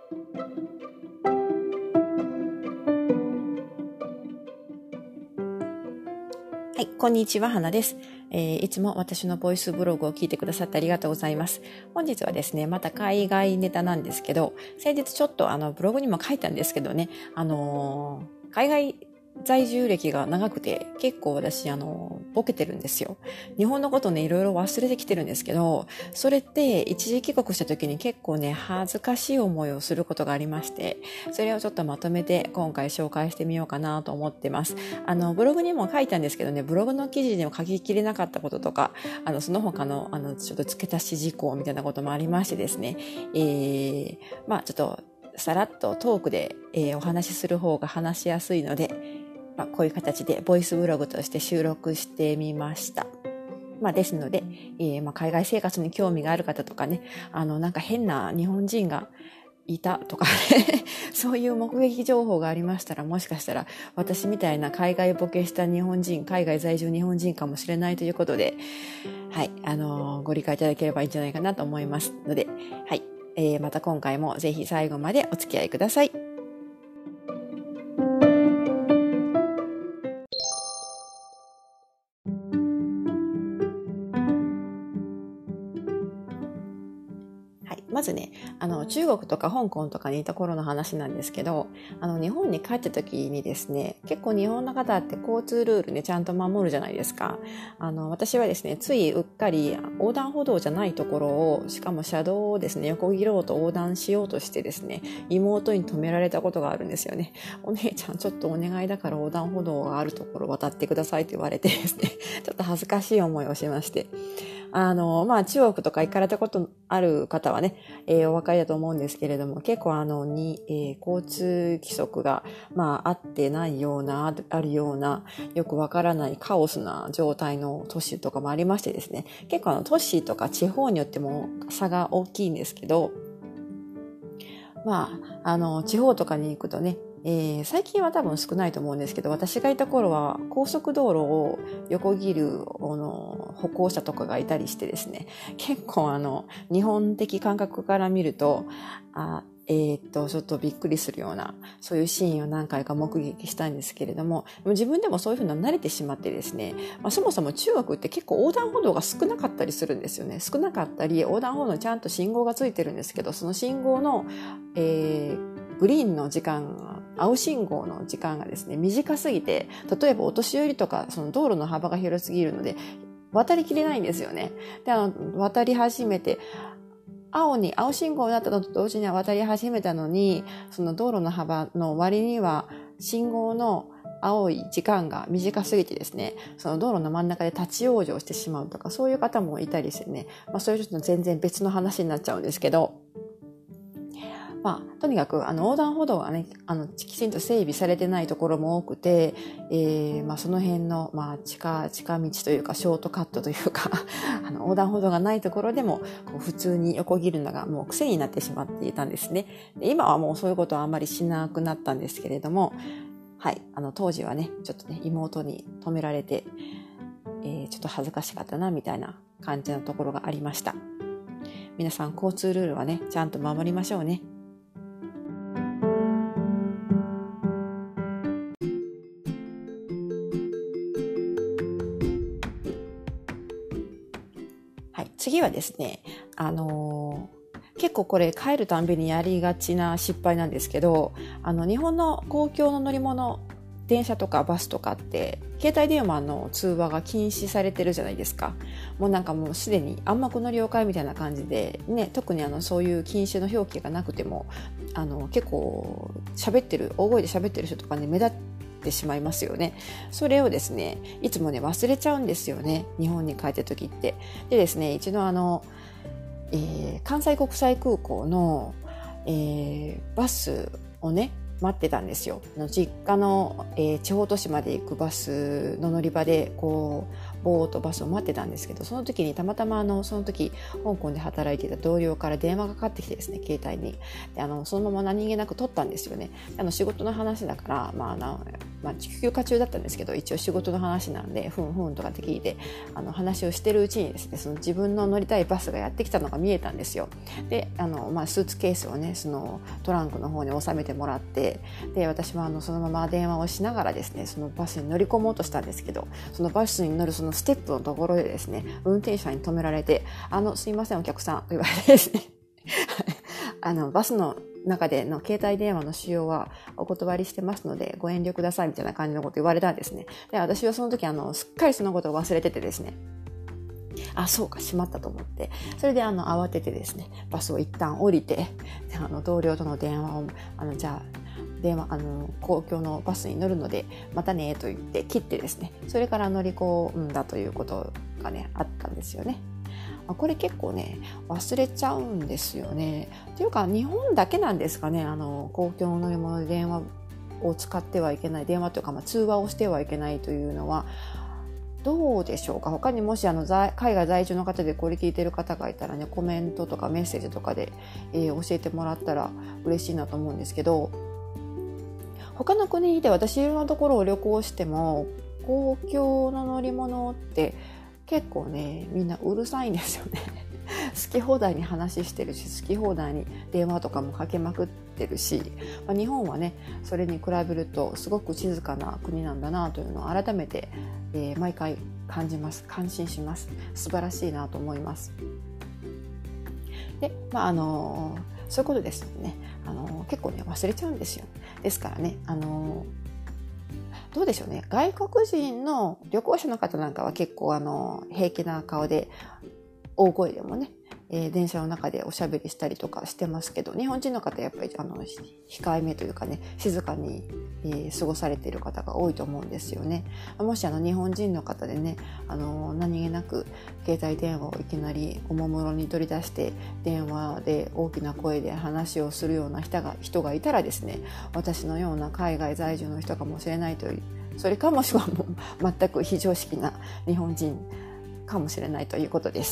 はい、こんにちは、花です。いつも私のボイスブログを聞いてくださってありがとうございます。本日はですね、また海外ネタなんですけど、先日ちょっとブログにも書いたんですけどね、海外在住歴が長くて結構私ボケてるんですよ。日本のことねいろいろ忘れてきてるんですけど、それって一時帰国した時に結構ね恥ずかしい思いをすることがありまして、それをちょっとまとめて今回紹介してみようかなと思ってます。ブログにも書いたんですけどね、ブログの記事にも書ききれなかったこととか、その他のちょっと付け足し事項みたいなこともありましてですね、ちょっとさらっとトークで、お話しする方が話しやすいので、こういう形でボイスブログとして収録してみました。ですので、海外生活に興味がある方とかね、なんか変な日本人がいたとかそういう目撃情報がありましたら、もしかしたら私みたいな海外ボケした日本人、海外在住日本人かもしれないということで、はい、ご理解いただければいいんじゃないかなと思いますので、はい、また今回もぜひ最後までお付き合いください。まずね、中国とか香港とかにいた頃の話なんですけど、日本に帰った時にですね、結構日本の方って交通ルールね、ちゃんと守るじゃないですか。私はですね、ついうっかり横断歩道じゃないところを、しかも車道をですね、横切ろうと横断しようとしてですね、妹に止められたことがあるんですよね。お姉ちゃんちょっとお願いだから横断歩道があるところ渡ってくださいって言われてですね、ちょっと恥ずかしい思いをしまして、中国とか行かれたことある方はね、お分かりだと思うんですけれども、結構交通規則が、合ってないような、あるような、よくわからないカオスな状態の都市とかもありましてですね、結構都市とか地方によっても差が大きいんですけど、地方とかに行くとね、最近は多分少ないと思うんですけど、私がいた頃は高速道路を横切る歩行者とかがいたりしてですね、結構日本的感覚から見るとちょっとびっくりするようなそういうシーンを何回か目撃したんですけれども、自分でもそういうふうに慣れてしまってですね、そもそも中国って結構横断歩道が少なかったりするんですよね。少なかったり、横断歩道にちゃんと信号がついてるんですけど、その信号の、グリーンの時間、青信号の時間がですね、短すぎて、例えばお年寄りとか、その道路の幅が広すぎるので、渡りきれないんですよね。で、渡り始めて、青信号になったのと同時には渡り始めたのに、その道路の幅の割には、信号の青い時間が短すぎてですね、その道路の真ん中で立ち往生してしまうとか、そういう方もいたりしてね、そういうちょっと全然別の話になっちゃうんですけど、とにかく横断歩道がねきちんと整備されてないところも多くて、その辺の、近道というかショートカットというか横断歩道がないところでも普通に横切るのがもう癖になってしまっていたんですね。で今はもうそういうことはあんまりしなくなったんですけれども、はい、当時はねちょっとね妹に止められて、ちょっと恥ずかしかったなみたいな感じのところがありました。皆さん交通ルールはねちゃんと守りましょうね。次はですね、結構これ帰るたんびにやりがちな失敗なんですけど、日本の公共の乗り物、電車とかバスとかって携帯電話の通話が禁止されてるじゃないですか。もうなんかもうすでに暗黙の了解みたいな感じでね、特にそういう禁止の表記がなくても結構大声で喋ってる人とかね目立ってしまいますよね。それをですねいつもね忘れちゃうんですよね、日本に帰った時って。でですね、一度関西国際空港の、バスをね待ってたんですよ。実家の、地方都市まで行くバスの乗り場でこうぼーっとバスを待ってたんですけど、その時にたまたまその時香港で働いていた同僚から電話がかかってきてですね、携帯に。でそのまま何気なく取ったんですよね。仕事の話だから、休暇中だったんですけど、一応仕事の話なんでふんふんとかって聞いて話をしてるうちにですね、その自分の乗りたいバスがやってきたのが見えたんですよ。でスーツケースをね、そのトランクの方に収めてもらって、で私はそのまま電話をしながらですね、そのバスに乗り込もうとしたんですけど、そのバスに乗るそのステップのところでですね、運転手さんに止められて、すいませんお客さんと言われてですねバスの中での携帯電話の使用はお断りしてますのでご遠慮くださいみたいな感じのこと言われたんですね。で私はその時すっかりそのことを忘れててですね、そうかしまったと思って、それで慌ててですね、バスを一旦降りて、同僚との電話をじゃあ公共のバスに乗るのでまたねと言って切ってですね、それから乗り込んだということがねあったんですよね。これ結構ね忘れちゃうんですよね。っていうか日本だけなんですかね、公共の乗り物で電話を使ってはいけない、電話というか通話をしてはいけないというのはどうでしょうか。他にもし海外在住の方でこれ聞いてる方がいたらね、コメントとかメッセージとかで、教えてもらったら嬉しいなと思うんですけど、他の国で私いろんなところを旅行しても公共の乗り物って結構ねみんなうるさいんですよね好き放題に話してるし、好き放題に電話とかもかけまくってるし、日本はねそれに比べるとすごく静かな国なんだなというのを改めて、毎回感じます。感心します。素晴らしいなと思います。で、そういうことですね。結構ね忘れちゃうんですよ。ですからね、どうでしょうね、外国人の旅行者の方なんかは結構平気な顔で大声でもね、電車の中でおしゃべりしたりとかしてますけど、日本人の方やっぱり控えめというかね、静かに、過ごされている方が多いと思うんですよね。もし日本人の方でね、何気なく携帯電話をいきなりおもむろに取り出して電話で大きな声で話をするような人がいたらですね、私のような海外在住の人かもしれないという、それかもしくはもう全く非常識な日本人かもしれないということです。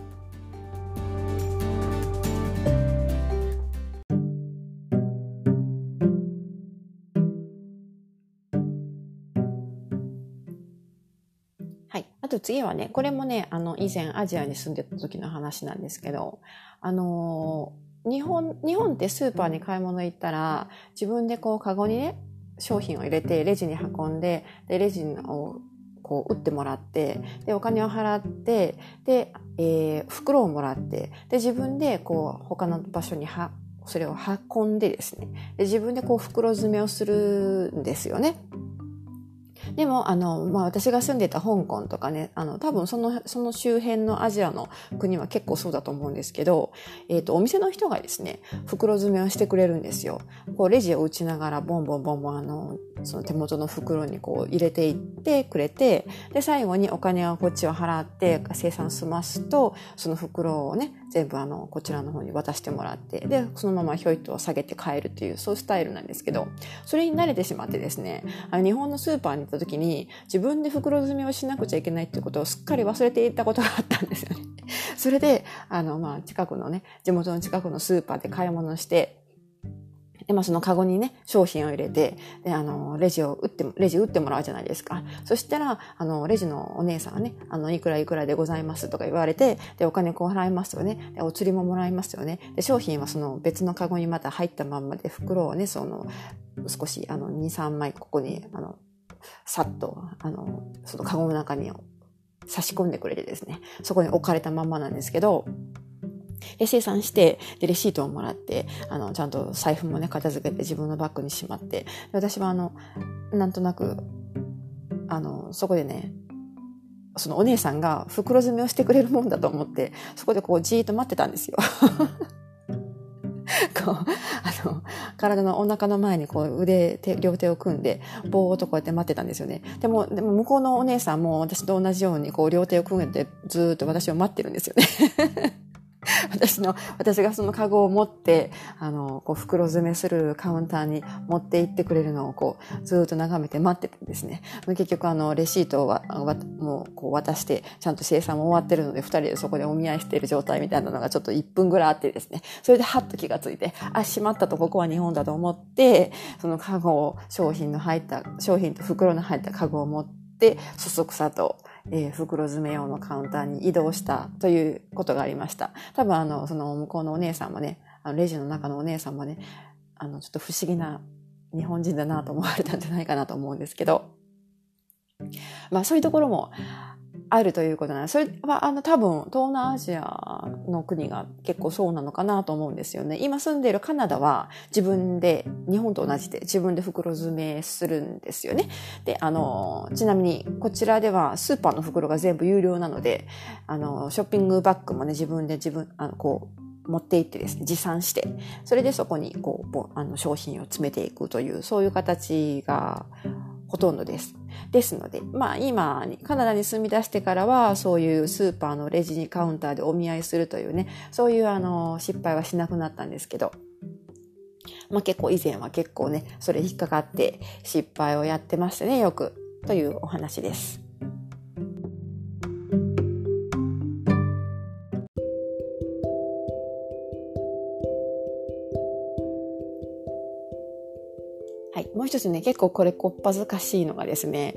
はい、あと次はね、これもね以前アジアに住んでた時の話なんですけど、日本ってスーパーに買い物行ったら自分でカゴにね商品を入れてレジに運んで、レジを打ってもらって、でお金を払って、で、袋をもらって、で自分で他の場所にそれを運んでですね、で自分で袋詰めをするんですよね。でも私が住んでいた香港とかね、多分その周辺のアジアの国は結構そうだと思うんですけど、お店の人がですね袋詰めをしてくれるんですよ。レジを打ちながらボンボンボンボンその手元の袋に入れていってくれて、で最後にお金をこっちを払って生産済ますと、その袋をね全部こちらの方に渡してもらって、でそのままひょいと下げて帰るっていう、そういうスタイルなんですけど、それに慣れてしまってですね、日本のスーパーに行った時に自分で袋詰めをしなくちゃいけないっていうことをすっかり忘れていたことがあったんですよね。それで近くのね、地元の近くのスーパーで買い物して、でそのカゴにね商品を入れて、でレジ打ってもらうじゃないですか。そしたらレジのお姉さんがねいくらいくらでございますとか言われて、でお金払いますよね、でお釣りももらいますよね、で商品はその別のカゴにまた入ったまんまで、袋をね少し2、3枚ここにさっとそのカゴの中に差し込んでくれてですね、そこに置かれたまんまなんですけど、で生産して、でレシートをもらって、ちゃんと財布もね片付けて自分のバッグにしまって、で私はなんとなくそこでね、そのお姉さんが袋詰めをしてくれるもんだと思って、そこでじーっと待ってたんですよ体のお腹の前に両手を組んでぼーっとこうやって待ってたんですよね。でも向こうのお姉さんも私と同じように両手を組んでずーっと私を待ってるんですよね私がそのカゴを持って、こう袋詰めするカウンターに持って行ってくれるのをこう、ずっと眺めて待っててですね。結局レシートをもうこう渡して、ちゃんと生産も終わってるので、二人でそこでお見合いしている状態みたいなのがちょっと1分ぐらいあってですね。それでハッと気がついて、しまったとここは日本だと思って、そのカゴを、商品と袋の入ったカゴを持って、そそくさと、袋詰め用のカウンターに移動したということがありました。多分その向こうのお姉さんもね、レジの中のお姉さんもね、ちょっと不思議な日本人だなと思われたんじゃないかなと思うんですけど、そういうところもあるということなんです。それは多分東南アジアの国が結構そうなのかなと思うんですよね。今住んでいるカナダは自分で、日本と同じで自分で袋詰めするんですよね。で、ちなみにこちらではスーパーの袋が全部有料なので、ショッピングバッグもね、自分でこう、持って行ってですね、持参して、それでそこにこう、商品を詰めていくという、そういう形がほとんどです。ですので、今、カナダに住み出してからは、そういうスーパーのレジカウンターでお見合いするというね、そういう失敗はしなくなったんですけど、結構以前は結構ね、それ引っかかって失敗をやってましたね、よく、というお話です。はい。もう一つね、結構これこっぱずかしいのがですね、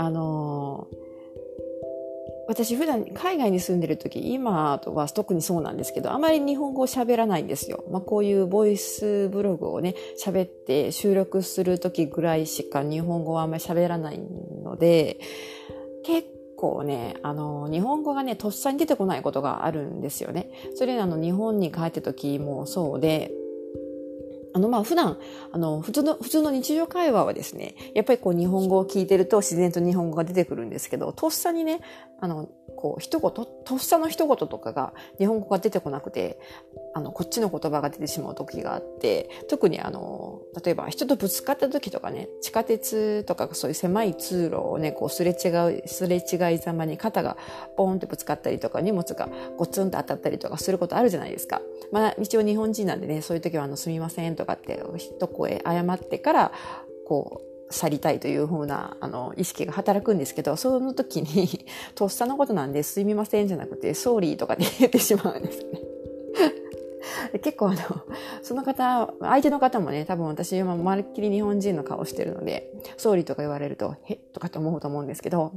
私普段海外に住んでる時、今は特にそうなんですけど、あまり日本語を喋らないんですよ。こういうボイスブログをね、喋って収録する時ぐらいしか日本語はあんまり喋らないので、結構ね、日本語がね、とっさに出てこないことがあるんですよね。それ日本に帰った時もそうで、普段、普通の日常会話はですね、やっぱりこう日本語を聞いてると自然と日本語が出てくるんですけど、とっさにね、こうとっさの一言とかが日本語が出てこなくて、こっちの言葉が出てしまう時があって、特に例えば人とぶつかった時とかね、地下鉄とかそういう狭い通路をね、こうすれ違いざまに肩がポーンってぶつかったりとか、荷物がゴツンと当たったりとかすることあるじゃないですか。一応日本人なんでね、そういう時はすみませんとかって一声謝ってから、こう、去りたいという風な、意識が働くんですけど、その時に、とっさのことなんで、すみませんじゃなくて、ソーリーとかで言ってしまうんですね。結構その方、相手の方もね、多分私はまるっきり日本人の顔してるので、ソーリーとか言われると、へっとかって思うと思うんですけど、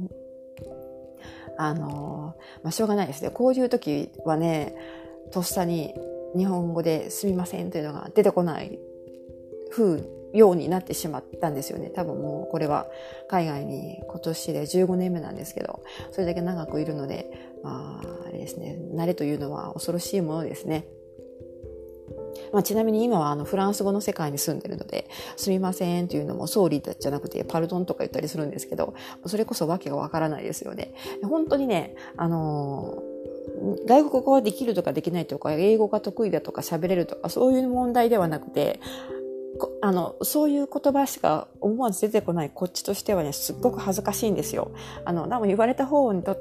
しょうがないですね。こういう時はね、とっさに日本語ですみませんというのが出てこないようになってしまったんですよね。多分もうこれは海外に今年で15年目なんですけど、それだけ長くいるので、あれですね、慣れというのは恐ろしいものですね。ちなみに今はフランス語の世界に住んでるので、すみませんというのもソーリーじゃなくてパルドンとか言ったりするんですけど、それこそわけがわからないですよね。本当にね、外国語ができるとかできないとか、英語が得意だとか喋れるとか、そういう問題ではなくて、そういう言葉しか思わず出てこないこっちとしてはね、すっごく恥ずかしいんですよ。多分言われた方にとって、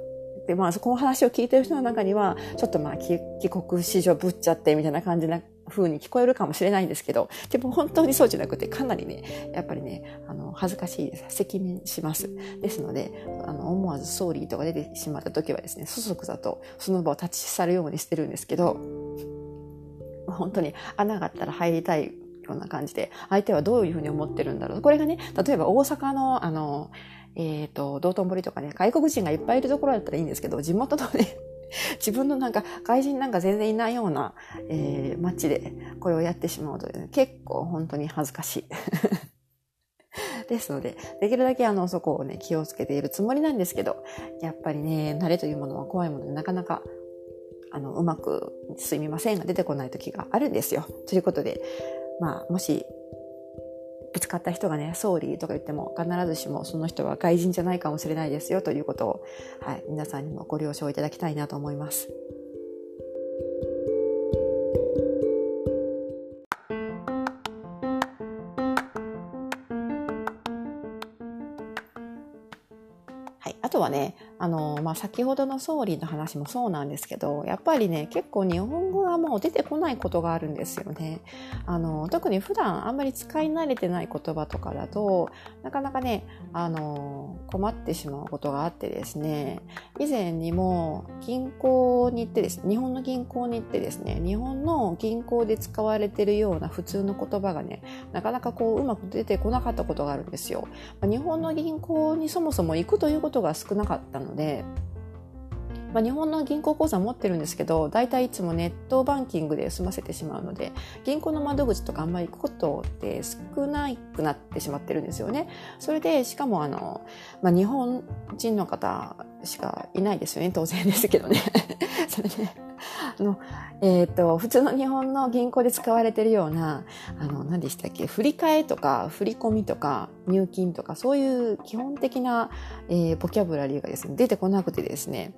この話を聞いてる人の中には、ちょっと帰国子女ぶっちゃってみたいな感じな風に聞こえるかもしれないんですけど、でも本当にそうじゃなくて、かなりね、やっぱりね、恥ずかしいです。責任します。ですので、思わずソーリーとか出てしまった時はですね、そそくさとその場を立ち去るようにしてるんですけど、本当に穴があったら入りたいような感じで、相手はどういうふうに思ってるんだろう。これがね、例えば大阪の道頓堀とかね、外国人がいっぱいいるところだったらいいんですけど、地元のね、自分の外人なんか全然いないような、街でこれをやってしまうと、ね、結構本当に恥ずかしい。ですので、できるだけそこをね、気をつけているつもりなんですけど、やっぱりね、慣れというものは怖いもので、なかなかうまくすみませんが出てこない時があるんですよ。ということで、もし、ぶつかった人がね、ソーリーとか言っても、必ずしもその人は外人じゃないかもしれないですよということを、はい、皆さんにもご了承いただきたいなと思います。はい、 あとはね、先ほどの総理の話もそうなんですけど、やっぱりね、結構日本語がもう出てこないことがあるんですよね。特に普段あんまり使い慣れてない言葉とかだと、なかなかね、困ってしまうことがあってですね、以前にも銀行に行ってですね、日本の銀行に行ってですね、日本の銀行で使われているような普通の言葉がね、なかなかうまく出てこなかったことがあるんですよ。日本の銀行にそもそも行くということが少なかったので、日本の銀行口座持ってるんですけど、大体いつもネットバンキングで済ませてしまうので、銀行の窓口とかあんまり行くことって少なくなってしまってるんですよね。それでしかも日本人の方しかいないですよね、当然ですけどね。それで普通の日本の銀行で使われているような何でしたっけ、振り替えとか振り込みとか入金とか、そういう基本的な、ボキャブラリーがですね出てこなくてですね、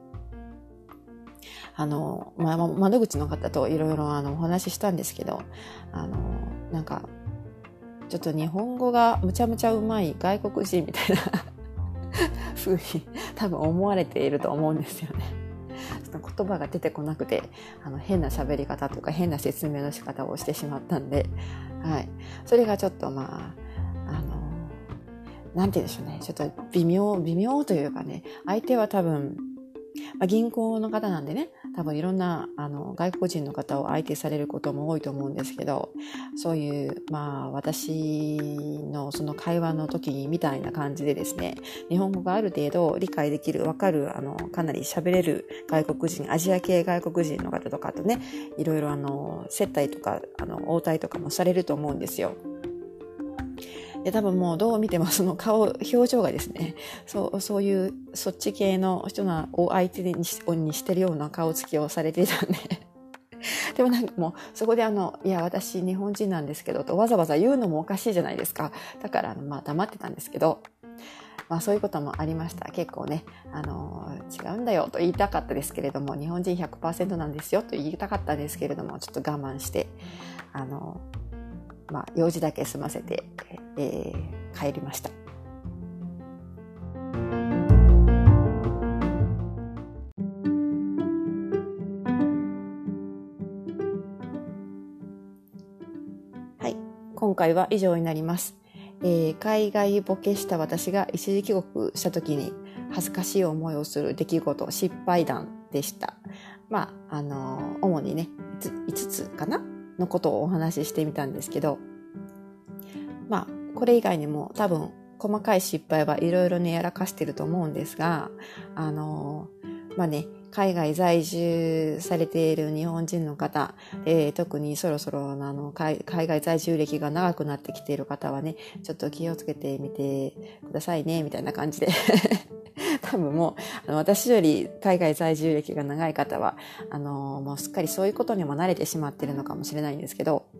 窓口の方といろいろお話ししたんですけど、なんかちょっと日本語がむちゃむちゃうまい外国人みたいな風に多分思われていると思うんですよね。言葉が出てこなくて変な喋り方とか変な説明の仕方をしてしまったんで、はい、それがちょっとなんて言うんでしょうね、ちょっと微妙というかね、相手は多分、銀行の方なんでね、多分いろんな外国人の方を相手されることも多いと思うんですけど、そういう私のその会話の時みたいな感じでですね、日本語がある程度理解できる、わかるかなり喋れる外国人、アジア系外国人の方とかとね、いろいろ接待とか応対とかもされると思うんですよ。で、多分もうどう見てもその表情がですね、そういうそっち系の人を相手にしてるような顔つきをされていたんででもなんかもうそこでいや私日本人なんですけどとわざわざ言うのもおかしいじゃないですか。だから黙ってたんですけど、そういうこともありました。結構ね、違うんだよと言いたかったですけれども、日本人 100% なんですよと言いたかったんですけれども、ちょっと我慢して用事だけ済ませて、帰りました。はい、今回は以上になります。海外ボケした私が一時帰国した時に恥ずかしい思いをする出来事、失敗談でした。主にね、5つかなのことをお話ししてみたんですけど、これ以外にも多分細かい失敗はいろいろねやらかしてると思うんですが、海外在住されている日本人の方、特にそろそろ海外在住歴が長くなってきている方はね、ちょっと気をつけてみてくださいねみたいな感じで多分もう私より海外在住歴が長い方はもうすっかりそういうことにも慣れてしまっているのかもしれないんですけど、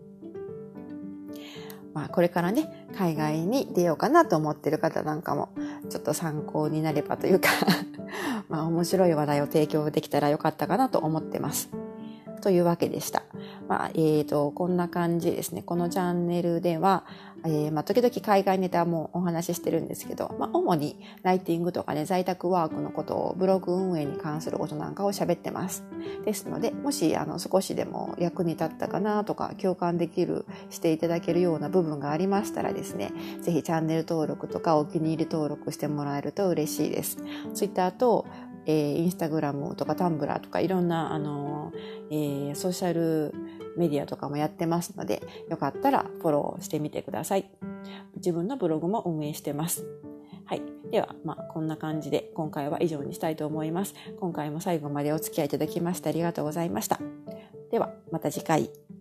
これからね海外に出ようかなと思っている方なんかもちょっと参考になればというか面白い話題を提供できたらよかったかなと思ってます。というわけでした。こんな感じですね。このチャンネルでは、時々海外ネタもお話ししてるんですけど、主にライティングとかね、在宅ワークのことを、ブログ運営に関することなんかを喋ってます。ですので、もし少しでも役に立ったかなとか、共感していただけるような部分がありましたらですね、ぜひチャンネル登録とかお気に入り登録してもらえると嬉しいです。Twitter とインスタグラムとかタンブラーとかいろんなソーシャルメディアとかもやってますので、よかったらフォローしてみてください。自分のブログも運営してます。はい。では、こんな感じで今回は以上にしたいと思います。今回も最後までお付き合いいただきましてありがとうございました。では、また次回。